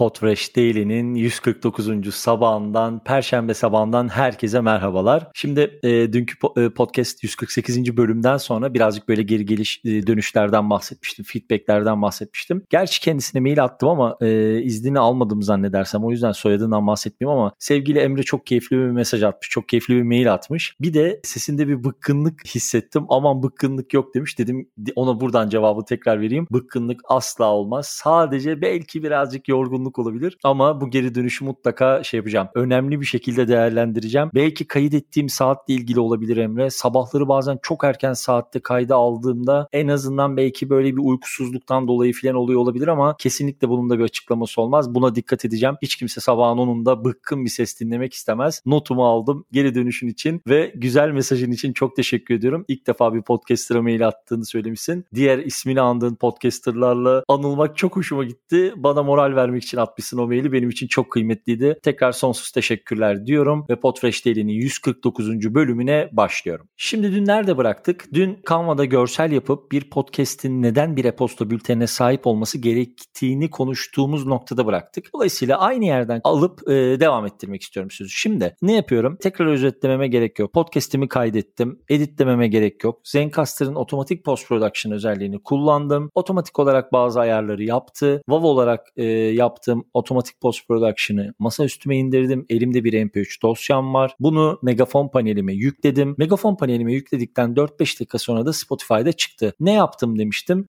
Podfresh Daily'nin 149. sabahından, Perşembe sabahından herkese merhabalar. Şimdi dünkü podcast 148. bölümden sonra birazcık böyle geri geliş dönüşlerden bahsetmiştim, feedbacklerden bahsetmiştim. Gerçi kendisine mail attım ama iznini almadım zannedersem, o yüzden soyadından bahsetmiyorum ama sevgili Emre çok keyifli bir mesaj atmış, çok keyifli bir mail atmış. Bir de sesinde bir bıkkınlık hissettim. Aman bıkkınlık yok demiş, dedim ona buradan cevabı tekrar vereyim. Bıkkınlık asla olmaz. Sadece belki birazcık yorgunluk olabilir ama bu geri dönüşü mutlaka yapacağım. Önemli bir şekilde değerlendireceğim. Belki kayıt ettiğim saatle ilgili olabilir Emre. Sabahları bazen çok erken saatte kayda aldığımda en azından belki böyle bir uykusuzluktan dolayı falan oluyor olabilir ama kesinlikle bunun da bir açıklaması olmaz. Buna dikkat edeceğim. Hiç kimse sabahın 10'unda bıkkın bir ses dinlemek istemez. Notumu aldım geri dönüşün için ve güzel mesajın için çok teşekkür ediyorum. İlk defa bir podcaster'a mail attığını söylemişsin. Diğer ismini andığın podcasterlarla anılmak çok hoşuma gitti. Bana moral vermek için atmışsın o maili. Benim için çok kıymetliydi. Tekrar sonsuz teşekkürler diyorum ve Podfresh Daily'nin 149. bölümüne başlıyorum. Şimdi dün nerede bıraktık? Dün Canva'da görsel yapıp bir podcast'in neden bir e-posta bültenine sahip olması gerektiğini konuştuğumuz noktada bıraktık. Dolayısıyla aynı yerden alıp devam ettirmek istiyorum sözü. Şimdi ne yapıyorum? Tekrar özetlememe gerek yok. Podcast'imi kaydettim. Editlememe gerek yok. Zencastr otomatik post production özelliğini kullandım. Otomatik olarak bazı ayarları yaptı. WAV olarak yaptığım otomatik post production'ı masa üstüme indirdim. Elimde bir MP3 dosyam var. Bunu Megafon panelime yükledim. Megafon panelime yükledikten 4-5 dakika sonra da Spotify'da çıktı. Ne yaptım demiştim?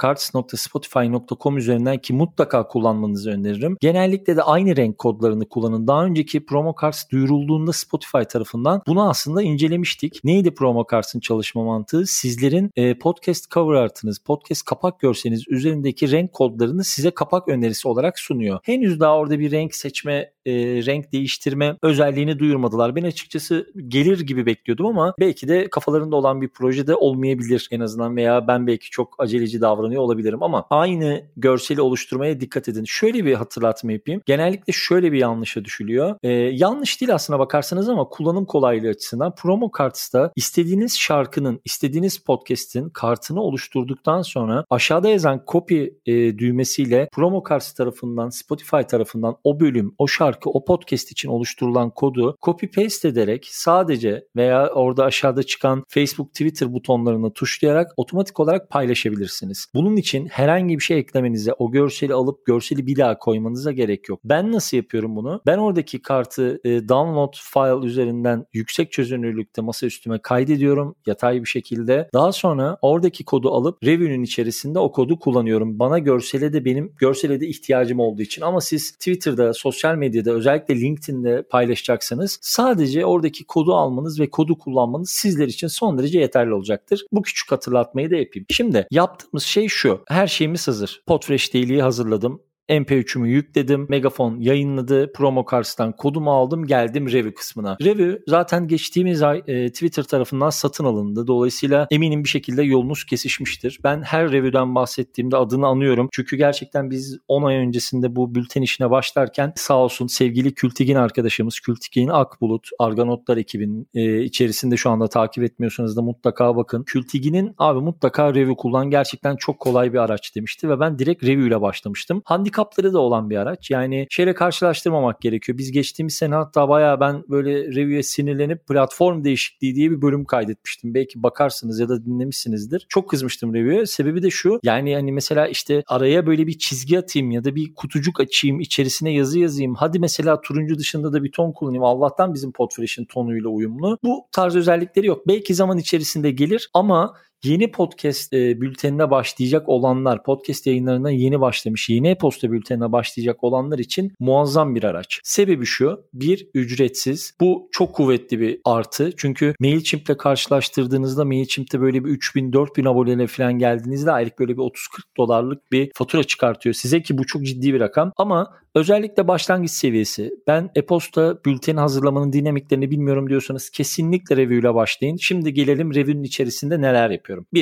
promocards.spotify.com üzerinden, ki mutlaka kullanmanızı öneririm. Genellikle de aynı renk kodlarını kullanın. Daha önceki Promocards duyurulduğunda Spotify tarafından bunu aslında incelemiştik. Neydi Promocards'ın çalışma mantığı? Sizlerin podcast cover art'ınız, podcast kapak görseliniz üzerindeki renk kodlarını size kapak önerisi olarak sunuyor. Henüz daha orada bir renk seçme, renk değiştirme özelliğini duyurmadılar. Ben açıkçası gelir gibi bekliyordum ama belki de kafalarında olan bir projede olmayabilir en azından, veya ben belki çok aceleci davranıyor olabilirim ama aynı görseli oluşturmaya dikkat edin. Şöyle bir hatırlatma yapayım. Genellikle şöyle bir yanlışa düşülüyor. Yanlış değil aslına bakarsanız ama kullanım kolaylığı açısından promo kartsta istediğiniz şarkının, istediğiniz podcast'in kartını oluşturduktan sonra aşağıda yazan copy düğmesiyle promo cards tarafından, Spotify tarafından o bölüm, o şarkı, o podcast için oluşturulan kodu copy paste ederek sadece veya orada aşağıda çıkan Facebook, Twitter butonlarını tuşlayarak otomatik olarak paylaşabilirsiniz. Bunun için herhangi bir şey eklemenize, o görseli alıp görseli bir daha koymanıza gerek yok. Ben nasıl yapıyorum bunu? Ben oradaki kartı download file üzerinden yüksek çözünürlükte masa üstüme kaydediyorum yatay bir şekilde. Daha sonra oradaki kodu alıp review'nun içerisinde o kodu kullanıyorum. Bana benim görsele de ihtiyacım olduğu için. Ama siz Twitter'da, sosyal medyada, özellikle LinkedIn'de paylaşacaksanız sadece oradaki kodu almanız ve kodu kullanmanız sizler için son derece yeterli olacaktır. Bu küçük hatırlatmayı da yapayım. Şimdi yaptığımız şey şu. Her şeyimiz hazır. Podfresh Daily'yi hazırladım. MP3'ümü yükledim. Megafon yayınladı. Promocars'tan kodumu aldım. Geldim review kısmına. Review zaten geçtiğimiz ay Twitter tarafından satın alındı. Dolayısıyla eminim bir şekilde yolunuz kesişmiştir. Ben her review'den bahsettiğimde adını anıyorum. Çünkü gerçekten biz 10 ay öncesinde bu bülten işine başlarken sağ olsun sevgili Kültigin arkadaşımız, Kültigin Akbulut, Arganotlar ekibinin içerisinde şu anda takip etmiyorsanız da mutlaka bakın. Kültigin'in abi mutlaka review kullan, gerçekten çok kolay bir araç demişti ve ben direkt review ile başlamıştım. Handikapları da olan bir araç. Yani şeyle karşılaştırmamak gerekiyor. Biz geçtiğimiz sene hatta bayağı ben böyle review'e sinirlenip platform değişikliği diye bir bölüm kaydetmiştim. Belki bakarsınız ya da dinlemişsinizdir. Çok kızmıştım review'e. Sebebi de şu. Yani hani mesela işte araya böyle bir çizgi atayım ya da bir kutucuk açayım, içerisine yazı yazayım. Hadi mesela turuncu dışında da bir ton kullanayım. Allah'tan bizim Podfresh'in tonuyla uyumlu. Bu tarz özellikleri yok. Belki zaman içerisinde gelir ama yeni podcast bültenine başlayacak olanlar, podcast yayınlarına yeni başlamış, yeni e-posta bültenine başlayacak olanlar için muazzam bir araç. Sebebi şu: bir, ücretsiz. Bu çok kuvvetli bir artı. Çünkü MailChimp'le karşılaştırdığınızda MailChimp'te böyle bir 3000-4000 aboneyle falan geldiğinizde aylık böyle bir 30-40 dolarlık bir fatura çıkartıyor size, ki bu çok ciddi bir rakam. Ama özellikle başlangıç seviyesi. Ben e-posta bülteni hazırlamanın dinamiklerini bilmiyorum diyorsanız kesinlikle review ile başlayın. Şimdi gelelim review'nun içerisinde neler yapıyorum. 1.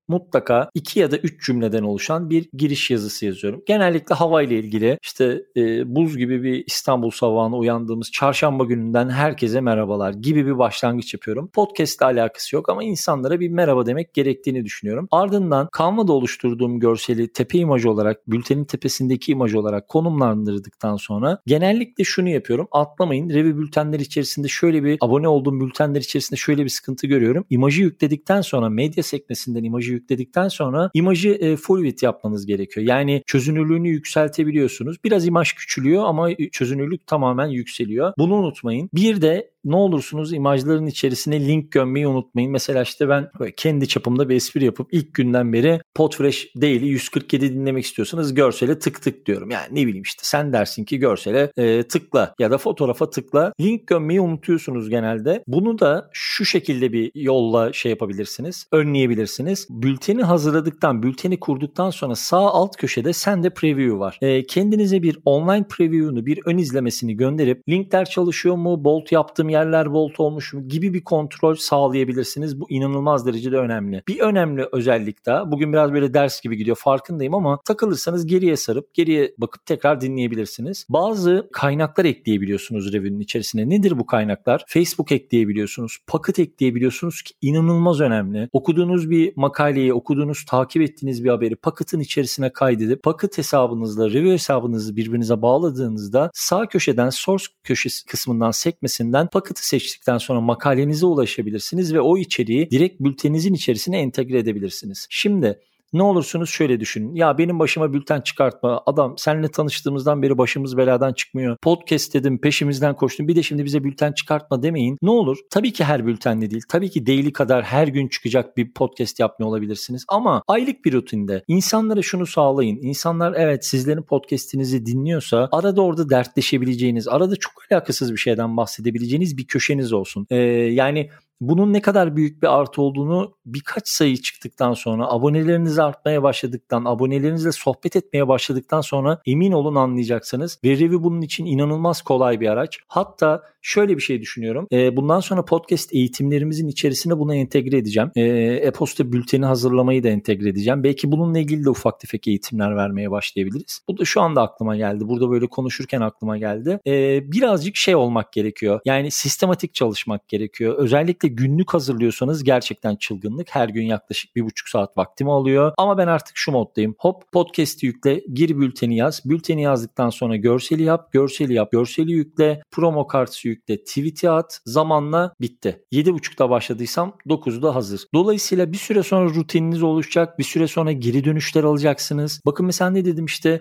mutlaka 2 ya da 3 cümleden oluşan bir giriş yazısı yazıyorum. Genellikle havayla ilgili işte buz gibi bir İstanbul sabahına uyandığımız çarşamba gününden herkese merhabalar gibi bir başlangıç yapıyorum. Podcast ile alakası yok ama insanlara bir merhaba demek gerektiğini düşünüyorum. Ardından Canva'da oluşturduğum görseli tepe imajı olarak, bültenin tepesindeki imaj olarak konumlandırdıktan sonra genellikle şunu yapıyorum. Atlamayın. Review bültenler içerisinde şöyle bir, abone olduğum bültenler içerisinde şöyle bir sıkıntı görüyorum. İmajı yükledikten sonra, medya sekmesinden imajı yükledikten sonra imajı full width yapmanız gerekiyor. Yani çözünürlüğünü yükseltebiliyorsunuz. Biraz imaj küçülüyor ama çözünürlük tamamen yükseliyor. Bunu unutmayın. Bir de ne olursunuz imajların içerisine link gömmeyi unutmayın. Mesela işte ben kendi çapımda bir espri yapıp ilk günden beri Podfresh Daily 147 dinlemek istiyorsanız görsele tık tık diyorum. Yani ne bileyim işte sen dersin ki görsele tıkla ya da fotoğrafa tıkla. Link gömmeyi unutuyorsunuz genelde. Bunu da şu şekilde bir yolla yapabilirsiniz. Önleyebilirsiniz. Bülteni hazırladıktan, bülteni kurduktan sonra sağ alt köşede sende preview var. Kendinize bir online preview'unu, bir ön izlemesini gönderip linkler çalışıyor mu, bold yaptığım yerler bold olmuş mu gibi bir kontrol sağlayabilirsiniz. Bu inanılmaz derecede önemli. Bir önemli özellik daha, bugün biraz böyle ders gibi gidiyor farkındayım ama takılırsanız geriye sarıp geriye bakıp tekrar dinleyebilirsiniz. Bazı kaynaklar ekleyebiliyorsunuz review'nin içerisine. Nedir bu kaynaklar? Facebook ekleyebiliyorsunuz, Pocket ekleyebiliyorsunuz ki inanılmaz önemli. Okuduğunuz bir makaleyi, okuduğunuz, takip ettiğiniz bir haberi Pocket'ın içerisine kaydedip Pocket hesabınızla review hesabınızı birbirinize bağladığınızda sağ köşeden source köşesi kısmından, sekmesinden Pocket'ı seçtikten sonra makalenize ulaşabilirsiniz ve o içeriği direkt bülteninizin içerisine entegre edebilirsiniz. Şimdi ne olursunuz şöyle düşünün. Ya benim başıma bülten çıkartma. Adam seninle tanıştığımızdan beri başımız beladan çıkmıyor. Podcast dedim, peşimizden koştun. Bir de şimdi bize bülten çıkartma demeyin. Ne olur? Tabii ki her bültenle değil. Tabii ki daily kadar her gün çıkacak bir podcast yapmıyor olabilirsiniz. Ama aylık bir rutinde insanlara şunu sağlayın. İnsanlar evet sizlerin podcastinizi dinliyorsa arada orada dertleşebileceğiniz, arada çok alakasız bir şeyden bahsedebileceğiniz bir köşeniz olsun. Yani bunun ne kadar büyük bir artı olduğunu birkaç sayı çıktıktan sonra, aboneleriniz artmaya başladıktan, abonelerinizle sohbet etmeye başladıktan sonra emin olun anlayacaksınız. Ve Review bunun için inanılmaz kolay bir araç. Hatta şöyle bir şey düşünüyorum. Bundan sonra podcast eğitimlerimizin içerisine bunu entegre edeceğim. E-posta bülteni hazırlamayı da entegre edeceğim. Belki bununla ilgili de ufak tefek eğitimler vermeye başlayabiliriz. Bu da şu anda aklıma geldi. Burada böyle konuşurken aklıma geldi. Birazcık şey olmak gerekiyor. Yani sistematik çalışmak gerekiyor. Özellikle günlük hazırlıyorsanız gerçekten çılgınlık. Her gün yaklaşık 1,5 saat vaktimi alıyor. Ama ben artık şu moddayım. Hop podcast'i yükle, gir bülteni yaz. Bülteni yazdıktan sonra görseli yap, görseli yükle, promo kartı yükle, tweet'i at. Zamanla bitti. 7.30'da başladıysam 9'da hazır. Dolayısıyla bir süre sonra rutininiz oluşacak. Bir süre sonra geri dönüşler alacaksınız. Bakın mesela ne dedim işte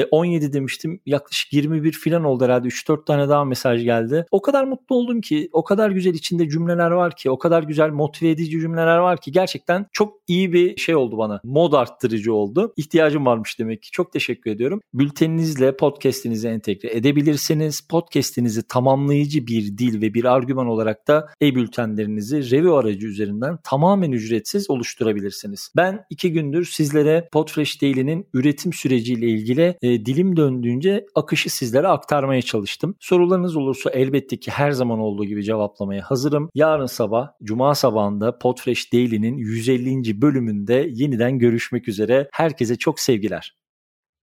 17 demiştim. Yaklaşık 21 falan oldu herhalde. 3-4 tane daha mesaj geldi. O kadar mutlu oldum ki, o kadar güzel içinde cümleler var ki, o kadar güzel motive edici cümleler var ki gerçekten çok iyi bir şey oldu bana. Mod arttırıcı oldu. İhtiyacım varmış demek ki. Çok teşekkür ediyorum. Bülteninizle podcast'inizi entegre edebilirsiniz. Podcast'inizi tamamlayıcı bir dil ve bir argüman olarak da e-bültenlerinizi Review aracı üzerinden tamamen ücretsiz oluşturabilirsiniz. Ben 2 gündür sizlere Podfresh Daily'nin üretim süreciyle ilgili dilim döndüğünce akışı sizlere aktarmaya çalıştım. Sorularınız olursa elbette ki her zaman olduğu gibi cevaplamaya hazırım. Yarın sabah, Cuma sabahında Podfresh Daily'nin 150. bölümünde yeniden görüşmek üzere. Herkese çok sevgiler.